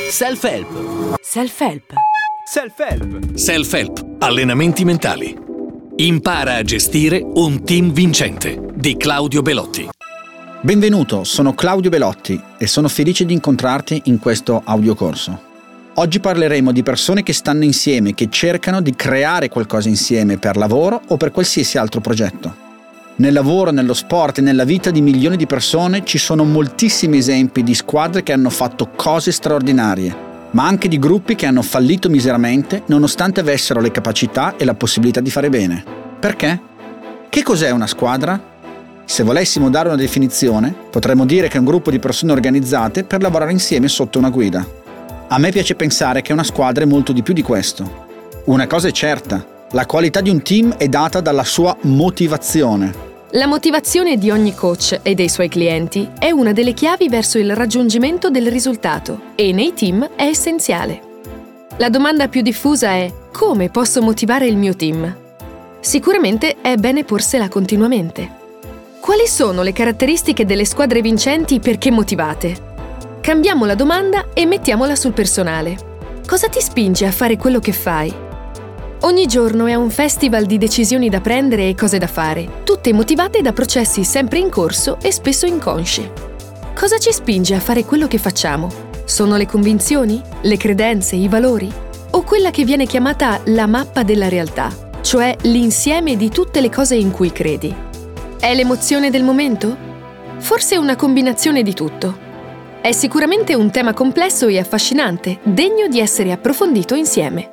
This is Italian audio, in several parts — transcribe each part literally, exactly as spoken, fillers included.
Self-help. Self-help. Self-help. Self-help. Allenamenti mentali. Impara a gestire un team vincente di Claudio Belotti. Benvenuto, sono Claudio Belotti e sono felice di incontrarti in questo audiocorso. Oggi parleremo di persone che stanno insieme, che cercano di creare qualcosa insieme per lavoro o per qualsiasi altro progetto. Nel lavoro, nello sport e nella vita di milioni di persone ci sono moltissimi esempi di squadre che hanno fatto cose straordinarie, ma anche di gruppi che hanno fallito miseramente nonostante avessero le capacità e la possibilità di fare bene. Perché? Che cos'è una squadra? Se volessimo dare una definizione, potremmo dire che è un gruppo di persone organizzate per lavorare insieme sotto una guida. A me piace pensare che una squadra è molto di più di questo. Una cosa è certa. La qualità di un team è data dalla sua motivazione. La motivazione di ogni coach e dei suoi clienti è una delle chiavi verso il raggiungimento del risultato e nei team è essenziale. La domanda più diffusa è: come posso motivare il mio team? Sicuramente è bene porsela continuamente. Quali sono le caratteristiche delle squadre vincenti perché motivate? Cambiamo la domanda e mettiamola sul personale. Cosa ti spinge a fare quello che fai? Ogni giorno è un festival di decisioni da prendere e cose da fare, tutte motivate da processi sempre in corso e spesso inconsci. Cosa ci spinge a fare quello che facciamo? Sono le convinzioni, le credenze, i valori? O quella che viene chiamata la mappa della realtà, cioè l'insieme di tutte le cose in cui credi? È l'emozione del momento? Forse una combinazione di tutto. È sicuramente un tema complesso e affascinante, degno di essere approfondito insieme.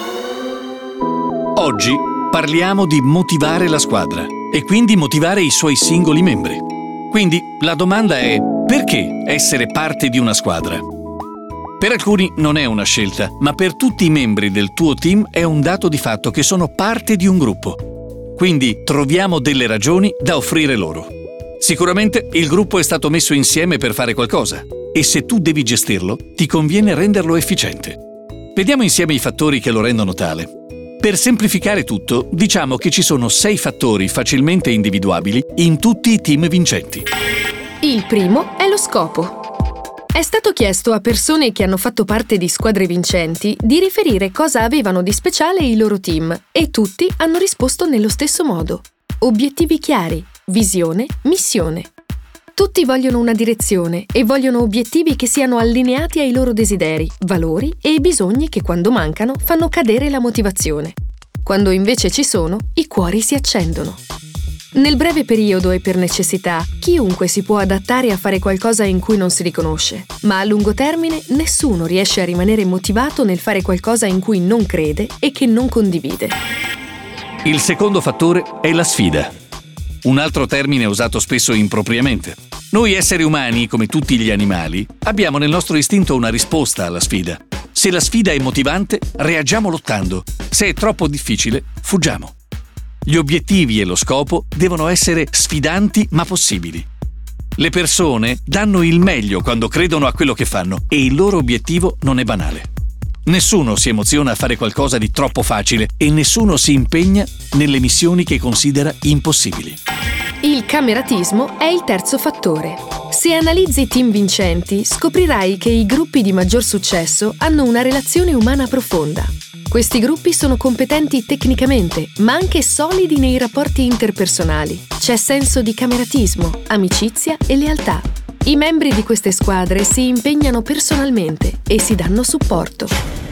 Oggi parliamo di motivare la squadra e quindi motivare i suoi singoli membri. Quindi la domanda è: perché essere parte di una squadra? Per alcuni non è una scelta, ma per tutti i membri del tuo team è un dato di fatto che sono parte di un gruppo. Quindi troviamo delle ragioni da offrire loro. Sicuramente il gruppo è stato messo insieme per fare qualcosa e se tu devi gestirlo, ti conviene renderlo efficiente. Vediamo insieme i fattori che lo rendono tale. Per semplificare tutto, diciamo che ci sono sei fattori facilmente individuabili in tutti i team vincenti. Il primo è lo scopo. È stato chiesto a persone che hanno fatto parte di squadre vincenti di riferire cosa avevano di speciale i loro team e tutti hanno risposto nello stesso modo. Obiettivi chiari, visione, missione. Tutti vogliono una direzione e vogliono obiettivi che siano allineati ai loro desideri, valori e bisogni che quando mancano fanno cadere la motivazione. Quando invece ci sono, i cuori si accendono. Nel breve periodo e per necessità, chiunque si può adattare a fare qualcosa in cui non si riconosce, ma a lungo termine nessuno riesce a rimanere motivato nel fare qualcosa in cui non crede e che non condivide. Il secondo fattore è la sfida. Un altro termine usato spesso impropriamente. Noi esseri umani, come tutti gli animali, abbiamo nel nostro istinto una risposta alla sfida. Se la sfida è motivante, reagiamo lottando. Se è troppo difficile, fuggiamo. Gli obiettivi e lo scopo devono essere sfidanti ma possibili. Le persone danno il meglio quando credono a quello che fanno e il loro obiettivo non è banale. Nessuno si emoziona a fare qualcosa di troppo facile e nessuno si impegna nelle missioni che considera impossibili. Il cameratismo è il terzo fattore. Se analizzi team vincenti, scoprirai che i gruppi di maggior successo hanno una relazione umana profonda. Questi gruppi sono competenti tecnicamente, ma anche solidi nei rapporti interpersonali. C'è senso di cameratismo, amicizia e lealtà. I membri di queste squadre si impegnano personalmente e si danno supporto.